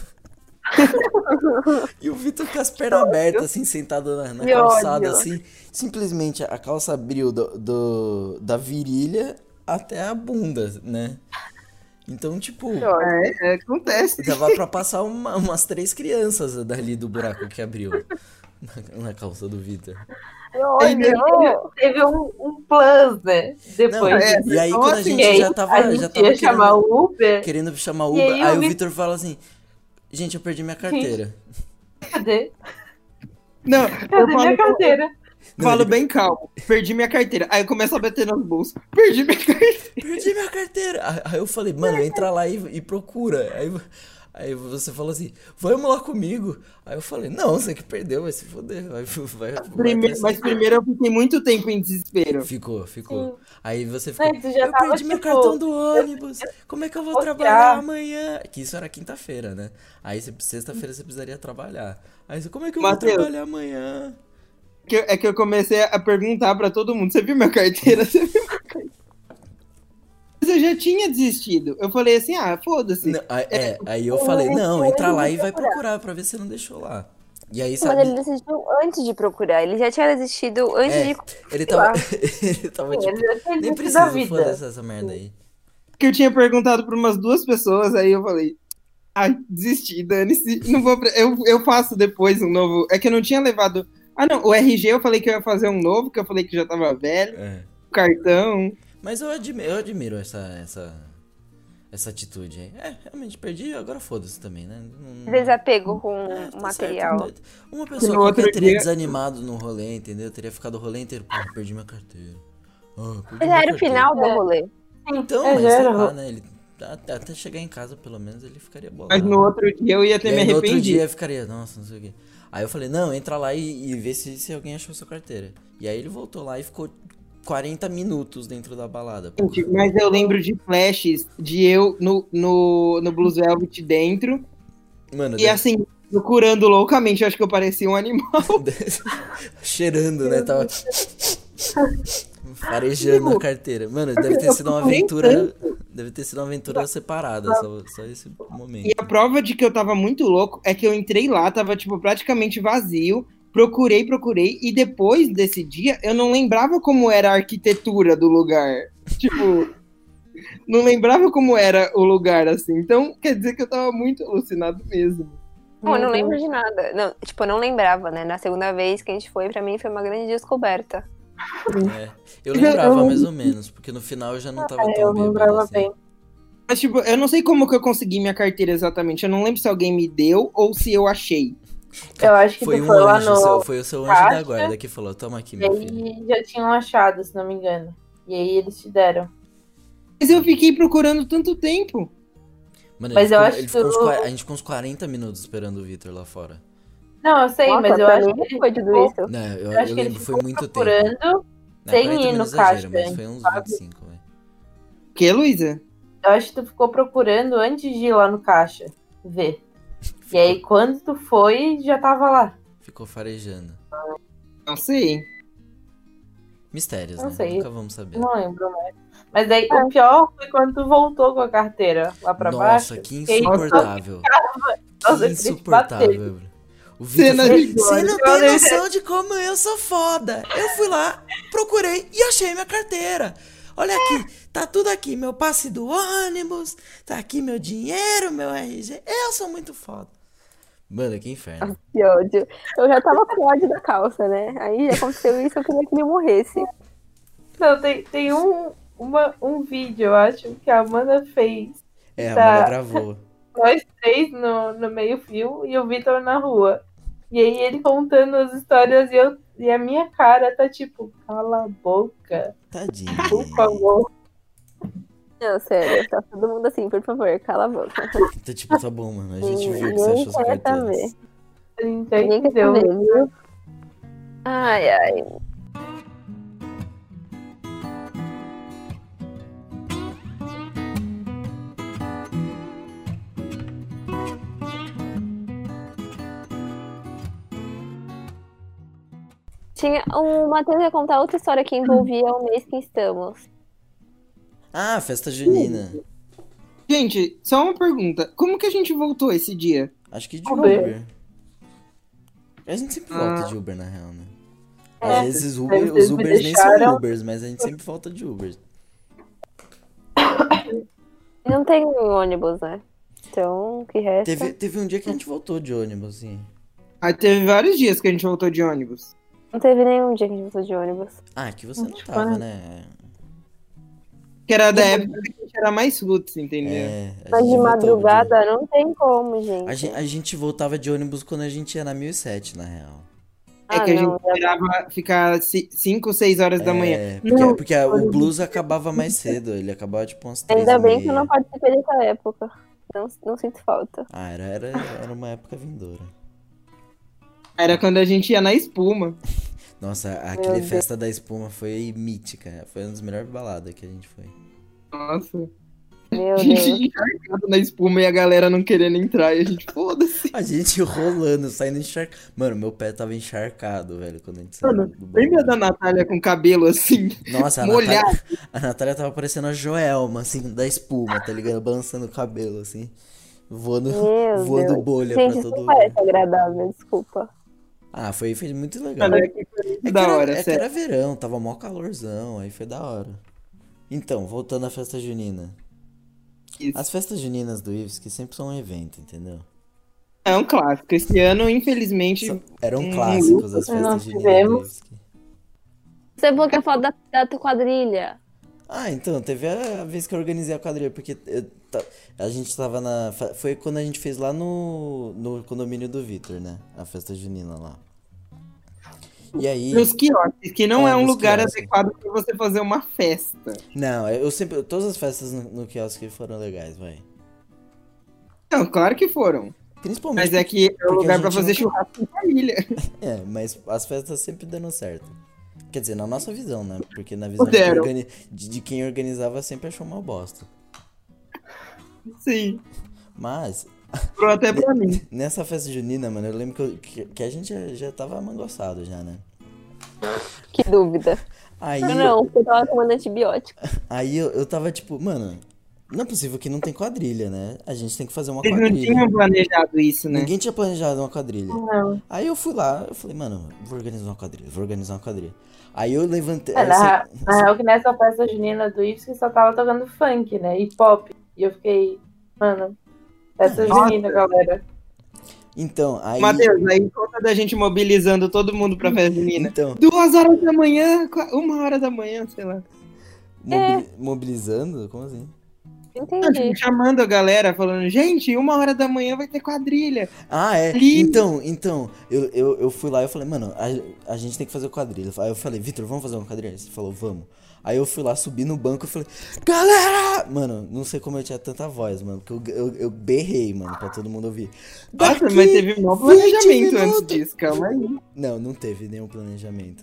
E o Vitor com as pernas abertas, assim, sentado na Que calçada, ódio. assim. Simplesmente a calça abriu da virilha até a bunda, né? Então, tipo, Que ódio. Acontece. dava pra passar umas 3 crianças dali do buraco que abriu na calça do Vitor. Que Aí, ódio. Teve um plus, né? Não, Depois e aí então, quando a assim, gente aí já a tava gente ia chamar o Uber. querendo chamar E Uber, aí aí o o Vitor fala assim: Gente, eu perdi minha carteira. Cadê? Não, Cadê minha carteira? Não, falo ele- bem calmo. Perdi minha carteira. Aí eu começo a bater nos bolsos. Perdi minha carteira. Perdi minha carteira. Aí eu falei, mano, entra lá e procura. Aí você falou assim, vamos lá comigo. Aí eu falei, não, você que perdeu, vai se foder. Vai atrás. Mas primeiro eu fiquei muito tempo em desespero. Ficou. Sim. Aí você ficou, Não, tu já eu tava, perdi meu tipo, cartão do ônibus. Como é que eu vou bloquear. trabalhar amanhã? Que isso era quinta-feira, né? Aí sexta-feira você precisaria trabalhar. Aí você, como é que eu vou Matheus. trabalhar amanhã? É que eu comecei a perguntar pra todo mundo: Você viu minha carteira? Você viu minha carteira? Mas eu já tinha desistido. Eu falei assim: foda-se. Não, aí eu falei, não, entra lá e vai procurar pra ver se você não deixou lá. E aí, Mas sabe, ele decidiu antes de procurar. Ele já tinha desistido antes de ele procurar. tava, ele tava Sim, tipo, ele já tinha nem desistido da preciso, vida. foda-se essa merda aí. Que eu tinha perguntado pra umas 2 pessoas. Aí eu falei: desisti, dane-se. Não vou. Eu faço depois um novo. É que eu não tinha levado. Não, o RG eu falei que eu ia fazer um novo, que eu falei que já tava velho. O cartão. Mas eu admiro essa atitude aí. Realmente perdi, agora foda-se também, né? Desapego com Tá o material. certo. Uma pessoa No outro qualquer teria dia- desanimado no rolê, entendeu? Teria ficado o rolê inteiro, pô, perdi minha carteira. Perdi Mas minha era o carteira. final do rolê. Então, É, mas já sei era lá, né? Ele, até chegar em casa, pelo menos, ele ficaria bolado. Mas no outro dia eu ia ter E me aí, no outro arrependido. dia eu ficaria, nossa, não sei o quê. Aí eu falei, não, entra lá e vê se alguém achou sua carteira. E aí ele voltou lá e ficou 40 minutos dentro da balada. Pô. Gente, mas eu lembro de flashes de eu no Blues Velvet dentro. Mano, E assim, procurando loucamente. Eu acho que eu parecia um animal. cheirando, né? Tava farejando a carteira. Mano, deve ter sido uma aventura. Deve ter sido uma aventura separada, só esse momento. E a prova de que eu tava muito louco é que eu entrei lá, tava, tipo, praticamente vazio. Procurei. E depois desse dia, eu não lembrava como era a arquitetura do lugar. Tipo, não lembrava como era o lugar, assim. Então, quer dizer que eu tava muito alucinado mesmo. Não, eu não lembro de nada. Não, tipo, eu não lembrava, né? Na segunda vez que a gente foi, pra mim, foi uma grande descoberta. Eu lembrava mais ou menos, porque no final eu já não tava tão Eu bêbado lembrava assim. bem. Mas, tipo, eu não sei como que eu consegui minha carteira exatamente. Eu não lembro se alguém me deu ou se eu achei. Eu acho que Foi tu um foi lá anjo, no. foi o seu anjo da caixa, guarda que falou, toma aqui, E meu filho. aí já tinham achado, se não me engano. E aí eles te deram. Mas eu fiquei procurando tanto tempo. Mano, Mas eu acho ele que ficou tu- a gente ficou uns 40 minutos esperando o Vitor lá fora. Não, eu sei, Nossa, mas eu pra acho mim que não ele foi tudo ficou- isso. Não, eu eu acho que ele lembro, foi ficou muito tempo. procurando Não, sem 40 ir no minutos exagero, caixa, mas foi uns sabe? 25, velho. O que, Luísa? Eu acho que tu ficou procurando antes de ir lá no caixa. Ver. E aí, quando tu foi, já tava lá. Ficou farejando. Não sei. Mistérios, Não né? sei. Nunca vamos saber. Não lembro mais. Mas daí, o pior foi quando tu voltou com a carteira lá pra baixo. Nossa, que que aí tu insuportável. Nossa, Que eu queria te insuportável, bater. velho. O Vitor Cena falou, de você não glória. tem noção de como eu sou foda. Eu fui lá, procurei e achei minha carteira. Olha aqui, tá tudo aqui, meu passe do ônibus, tá aqui meu dinheiro, meu RG. Eu sou muito foda. Mano, que inferno. Que ódio. Eu já tava com ódio da calça, né? Aí aconteceu isso, eu queria que ele morresse. Não, tem um vídeo, eu acho, que a Amanda fez. A Tá. Amanda gravou. Nós três no meio-fio e o Vitor na rua. E aí ele contando as histórias e a minha cara tá tipo, cala a boca, Tadinho. por favor. Não, sério, tá todo mundo assim, por favor, cala a boca. Então, tipo, tá bom, mano. A gente viu que você Ninguém achou sua quer carteira. saber. A gente já Ninguém quer entendeu. saber, viu? Ai, ai. O Matheus ia contar outra história que envolvia o mês que estamos. Ah, festa junina. Gente, só uma pergunta. Como que a gente voltou esse dia? Acho que de Uber. A gente sempre volta de Uber, na real, né? Às vezes os Ubers nem são Ubers, mas a gente sempre volta de Uber. Não tem ônibus, né? Então, o que resta... Teve um dia que a gente voltou de ônibus, assim. Aí teve vários dias que a gente voltou de ônibus. Não teve nenhum dia que a gente voltou de ônibus. Ah, que você não tava, né? Que era da época que a gente era mais roots, entendeu? Mas de madrugada não tem como, gente. A gente voltava de ônibus quando a gente ia na 1007, na real. É que a gente esperava ficar 5, 6 horas da manhã. Porque o blues acabava mais cedo, ele acabava tipo umas 3h30. Ainda bem que eu não participei dessa época. Não sinto falta. Ah, era uma época vindoura. Era quando a gente ia na espuma. Nossa, aquele festa da espuma foi mítica. Foi uma das melhores baladas que a gente foi. Nossa. Meu a gente encharcado na espuma e a galera não querendo entrar. E a gente, foda-se. A gente rolando, saindo encharcado. Mano, meu pé tava encharcado, velho, quando a gente saiu do lembra da Natália com cabelo assim? Nossa, molhado. A Natália tava parecendo a Joelma, assim, da espuma, tá ligado? Balançando o cabelo, assim. Voando bolha gente, pra todo lugar. Gente, parece agradável, desculpa. Ah, foi muito legal. Que era verão, tava mó calorzão, aí foi da hora. Então, voltando à festa junina. Isso. As festas juninas do IFSC sempre são um evento, entendeu? É um clássico. Esse ano, infelizmente... Eram clássicos as festas juninas do IFSC. Você falou que é foda da tua quadrilha. Ah, então, teve a vez que eu organizei a quadrilha, porque a gente tava na... Foi quando a gente fez lá no condomínio do Vitor, né? A festa junina lá. E aí... Nos quiosques, que não é um lugar adequado pra você fazer uma festa. Não, todas as festas no quiosque foram legais, vai. Não, claro que foram. Principalmente mas é que é um lugar pra fazer churrasco em família. Mas as festas sempre deram certo. Quer dizer, na nossa visão, né? Porque na visão de quem organizava sempre achou uma bosta. Sim. Mas... Até pra mim. Nessa festa junina, mano, eu lembro que a gente já tava mangoçado já, né? Que dúvida. Aí, não, porque eu tava tomando antibiótico. Aí eu tava tipo, mano, não é possível que não tem quadrilha, né? A gente tem que fazer uma quadrilha. Eles não tinham planejado isso, né? Ninguém tinha planejado uma quadrilha. Não. Aí eu fui lá, eu falei, mano, vou organizar uma quadrilha. Aí eu levantei... Na real que nessa festa junina do IFSC só tava tocando funk, né? E pop. E eu fiquei, mano... Festa junina, galera. Então, aí... Matheus, aí conta da gente mobilizando todo mundo pra festa junina. Então... 2 horas da manhã, 1 hora da manhã, sei lá. Mobilizando? Como assim? Entendi. Chamando a galera, falando, gente, 1 hora da manhã vai ter quadrilha. Ah, é? Então, eu fui lá e eu falei, mano, a gente tem que fazer quadrilha. Aí eu falei, Vitor, vamos fazer uma quadrilha? Ele falou, vamos. Aí eu fui lá, subi no banco e falei, galera! Mano, não sei como eu tinha tanta voz, mano, porque eu berrei, mano, pra todo mundo ouvir. Nossa, mas teve um planejamento antes disso, calma aí. Não teve nenhum planejamento.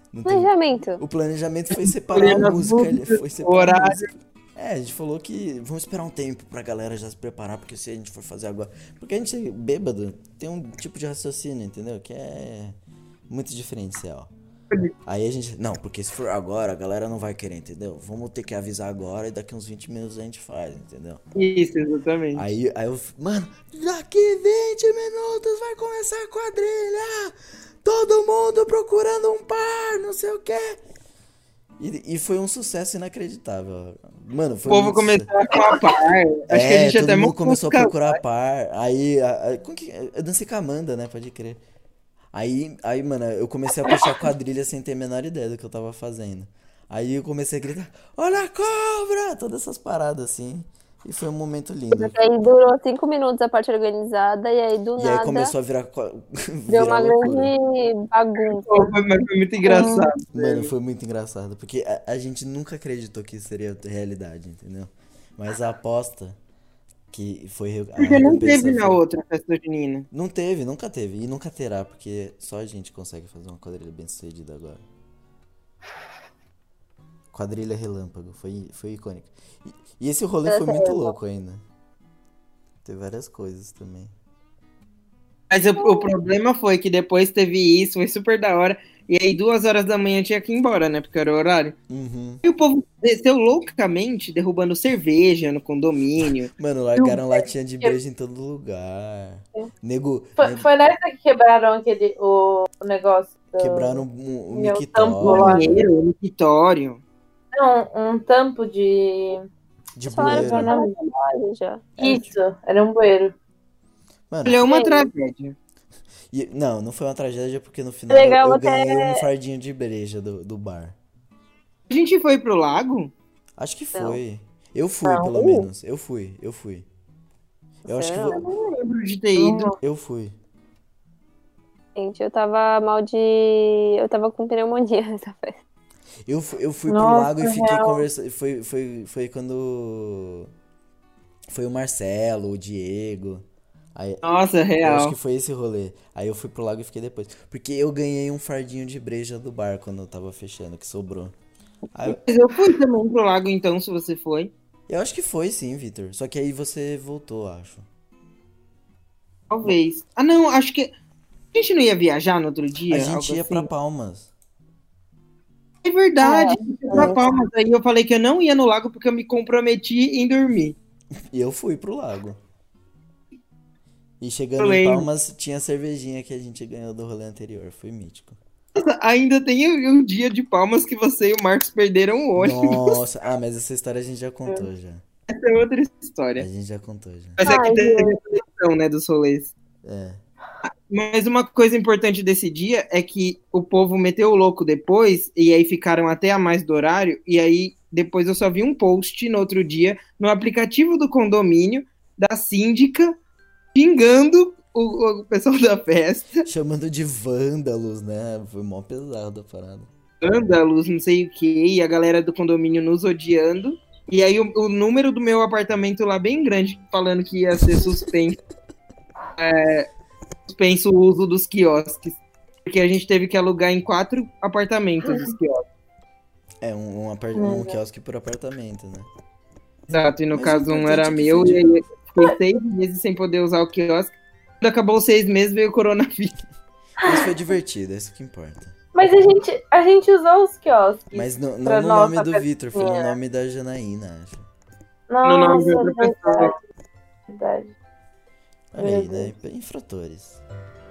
O planejamento foi separar a música, ele foi separar a música. A gente falou que vamos esperar um tempo pra galera já se preparar, porque se a gente for fazer agora... Porque a gente é bêbado, tem um tipo de raciocínio, entendeu? Que é muito diferencial. Aí a gente... Não, porque se for agora, a galera não vai querer, entendeu? Vamos ter que avisar agora e daqui uns 20 minutos a gente faz, entendeu? Isso, exatamente. Aí eu... Mano, daqui 20 minutos vai começar a quadrilha! Todo mundo procurando um par, não sei o quê. E foi um sucesso inacreditável. Mano, foi o povo começou a procurar par. Acho que a gente até começou a procurar par. Aí... Eu dancei com a Amanda, né? Pode crer. Aí, mano, eu comecei a puxar quadrilha sem ter a menor ideia do que eu tava fazendo. Aí eu comecei a gritar, olha a cobra! Todas essas paradas, assim. E foi um momento lindo. Aí durou 5 minutos a parte organizada, e aí do nada... E aí começou a virar deu uma grande bagunça. Mas foi muito engraçado. Mano, foi muito engraçado. Porque a gente nunca acreditou que isso seria realidade, entendeu? Mas a aposta... que foi porque não teve na outra festa junina. Não teve, nunca teve. E nunca terá, porque só a gente consegue fazer uma quadrilha bem sucedida agora. Quadrilha relâmpago, foi icônica. E esse rolê foi muito louco ainda. Teve várias coisas também. Mas o problema foi que depois teve isso, foi super da hora. E aí 2 horas da manhã tinha que ir embora, né? Porque era o horário. Uhum. E o povo desceu loucamente, derrubando cerveja no condomínio. Mano, largaram latinha de breja em todo lugar. Nego. Foi nessa que quebraram o negócio. Quebraram o mictório. Mictório. Não, um tampo de bueiro. Já. Isso, era um bueiro. Mano, é uma tragédia. Não foi uma tragédia porque no final eu ganhei um fardinho de breja do bar. A gente foi pro lago? Acho que foi. Eu fui, pelo menos. Eu fui. Eu acho que eu não lembro de ter ido. Eu fui. Gente, eu tava com pneumonia nessa festa. Eu fui pro lago e fiquei conversando. Foi quando. Foi o Marcelo, o Diego. Aí, nossa, real. Eu acho que foi esse rolê. Aí eu fui pro lago e fiquei depois. Porque eu ganhei um fardinho de breja do bar quando eu tava fechando, que sobrou. Mas eu fui também pro lago então, se você foi. Eu acho que foi sim, Vitor. Só que aí você voltou, acho. Talvez. Ah, não, acho que... A gente não ia viajar no outro dia? A gente ia pra Palmas. É verdade, pra Palmas. Aí eu falei que eu não ia no lago porque eu me comprometi em dormir. E eu fui pro lago. E chegando em Palmas, tinha a cervejinha que a gente ganhou do rolê anterior. Foi mítico. Nossa, ainda tem um dia de Palmas que você e o Marcos perderam o ônibus. Nossa, mas essa história a gente já contou já. Essa é outra história. A gente já contou já. Mas aqui tem a seleção, né, dos rolês. É. Mas uma coisa importante desse dia é que o povo meteu o louco depois, e aí ficaram até a mais do horário, e aí depois eu só vi um post no outro dia, no aplicativo do condomínio, da síndica, xingando o pessoal da festa. Chamando de vândalos, né? Foi mó pesado a parada. Vândalos, não sei o que, e a galera do condomínio nos odiando. E aí o número do meu apartamento lá bem grande, falando que ia ser suspenso. Suspenso o uso dos quiosques. Porque a gente teve que alugar em 4 apartamentos os quiosques. Um quiosque por apartamento, né? Exato, e no caso um era meu, e aí fiquei 6 meses sem poder usar o quiosque. Quando acabou os 6 meses, veio o coronavírus. Isso foi divertido, é isso que importa. Mas a gente usou os quiosques. Mas não no nome do Vitor, foi no nome da Janaína, acho. Nossa, no nome de outra pessoa. Verdade. Olha aí, né? Infratores.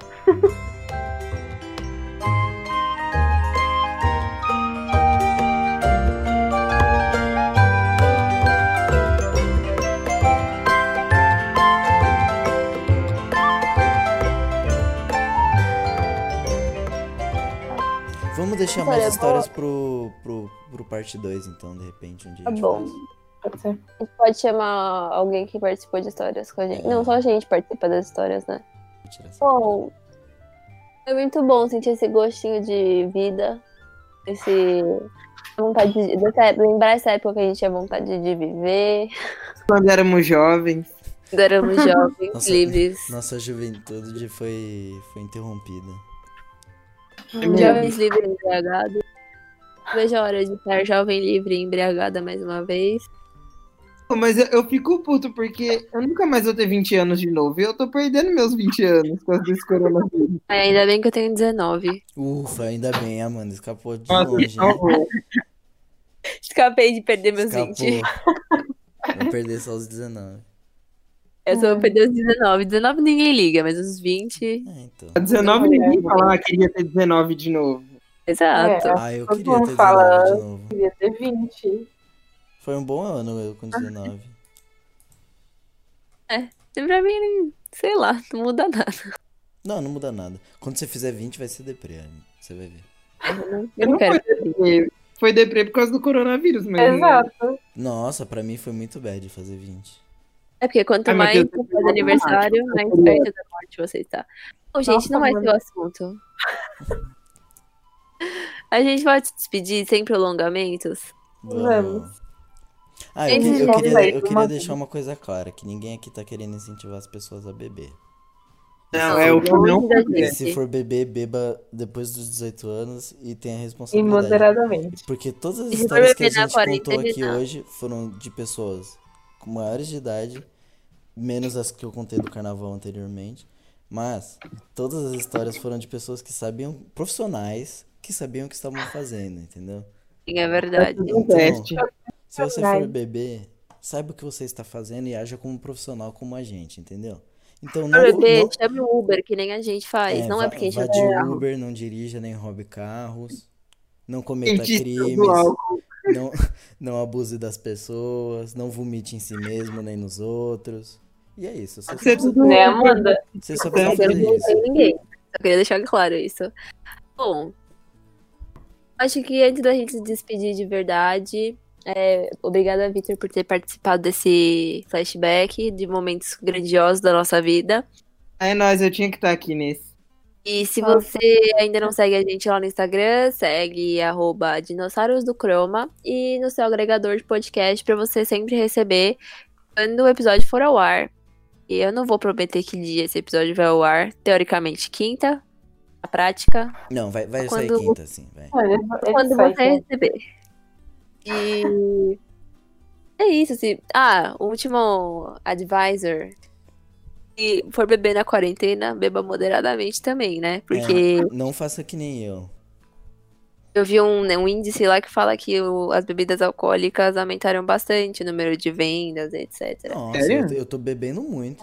Vamos deixar mais histórias pro parte 2, então, de repente, um dia. Tá bom. Pode ser. A gente pode chamar alguém que participou de histórias com a gente. Não, só a gente participa das histórias, né? Bom, é muito bom sentir esse gostinho de vida, vontade lembrar essa época que a gente tinha vontade de viver. Quando éramos jovens. Quando éramos jovens, livres. Nossa juventude foi interrompida. Jovens livres e embriagados. Vejo a hora de estar jovem, livre e embriagada mais uma vez. Mas eu fico puto, porque eu nunca mais vou ter 20 anos de novo. E eu tô perdendo meus 20 anos com esse coronavírus. Ainda bem que eu tenho 19. Ufa, ainda bem, Amanda. Escapou de Nossa, longe. Escapei de perder meus Escapou. 20. Vou perder só os 19. Eu só vou perder os 19. 19 ninguém liga, mas os 20... então. A 19 ninguém fala que queria ter 19 de novo. Exato. Eu queria ter 19 de novo. Queria ter 20. Foi um bom ano eu com 19. Pra mim, sei lá, não muda nada. Não muda nada. Quando você fizer 20 vai ser deprê, você vai ver. Eu não quero. Foi deprê por causa do coronavírus mesmo. Exato. Nossa, pra mim foi muito bad fazer 20. É porque quanto mais você faz aniversário, mais perto da morte você está. Bom, gente, não vai ser o assunto. A gente pode se despedir sem prolongamentos? Vamos. Eu queria deixar uma coisa clara, que ninguém aqui tá querendo incentivar as pessoas a beber. Não, é o que não fazer. Se for beber, beba depois dos 18 anos e tenha responsabilidade. E moderadamente. Porque todas as histórias que a gente contou aqui hoje foram de pessoas com maiores de idade, menos as que eu contei do carnaval anteriormente, Mas todas as histórias foram de pessoas que sabiam, profissionais, que sabiam o que estavam fazendo, entendeu? Sim, é verdade. Então, se você for beber, saiba o que você está fazendo e haja como um profissional como a gente, entendeu? Então Pra beber, chame o Uber, que nem a gente faz. Não é porque a gente vá de Uber, não dirija nem roube carros, não cometa crimes, não abuse das pessoas, não vomite em si mesmo nem nos outros. E é isso. Né, Amanda? Você só precisa fazer isso. Ninguém. Só queria deixar claro isso. Bom, acho que antes da gente se despedir de verdade, obrigada, Victor, por ter participado desse flashback de momentos grandiosos da nossa vida. É nóis, eu tinha que estar aqui nesse. E se você ainda não segue a gente lá no Instagram, segue @dinossauros do Chroma e no seu agregador de podcast pra você sempre receber quando o episódio for ao ar. E eu não vou prometer que dia esse episódio vai ao ar. Teoricamente, quinta. Na prática. Não, vai sair quinta, sim. Vai. Quando você receber. E é isso, assim. O último advisor. Se for beber na quarentena, beba moderadamente também, né? Porque não faça que nem eu. Eu vi um índice lá que fala que as bebidas alcoólicas aumentaram bastante o número de vendas, etc. Nossa, eu tô bebendo muito.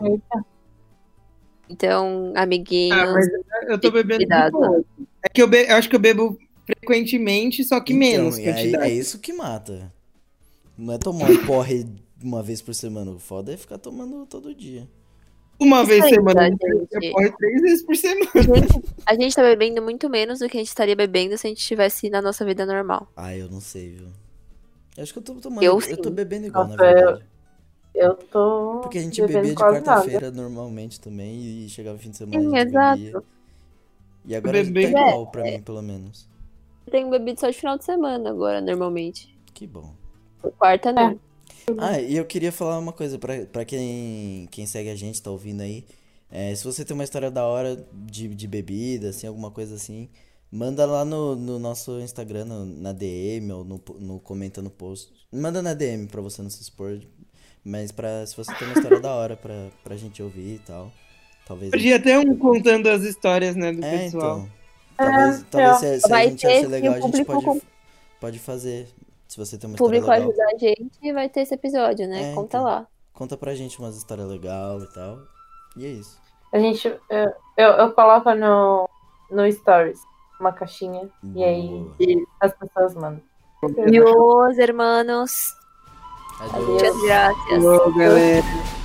Então, amiguinhos. Mas eu tô bebendo muito. É que eu acho que eu bebo frequentemente, só que menos quantidade. É isso que mata. Não é tomar um porre uma vez por semana. O foda é ficar tomando todo dia. Uma vez por semana, eu porre 3 vezes por semana. A gente tá bebendo muito menos do que a gente estaria bebendo se a gente estivesse na nossa vida normal. Eu não sei, viu? Eu acho que eu tô tomando. Eu tô bebendo igual, na verdade. Eu tô. Porque a gente bebia de quarta-feira normalmente também e chegava o fim de semana. Sim, a gente exato. bebia. E agora tá igual pra mim, pelo menos. Eu tenho bebido só de final de semana agora, normalmente. Que bom. Quarta não. E eu queria falar uma coisa pra quem segue a gente, tá ouvindo aí. Se você tem uma história da hora de bebida, assim, alguma coisa assim, manda lá no nosso Instagram, na DM ou no comenta no post. Manda na DM pra você não se expor, mas se você tem uma história da hora pra gente ouvir e tal. Talvez. Podia ter contando as histórias, né, do pessoal. Então. Talvez se a gente achar legal, a gente pode fazer. Se você tem uma história legal. O público ajuda a gente, vai ter esse episódio, né? Conta lá. Conta pra gente umas histórias legais e tal. E é isso. A gente... Eu coloco no Stories uma caixinha. Boa. E aí as pessoas mandam. Adiós, hermanos. Adiós. Muchas gracias. Boa, galera.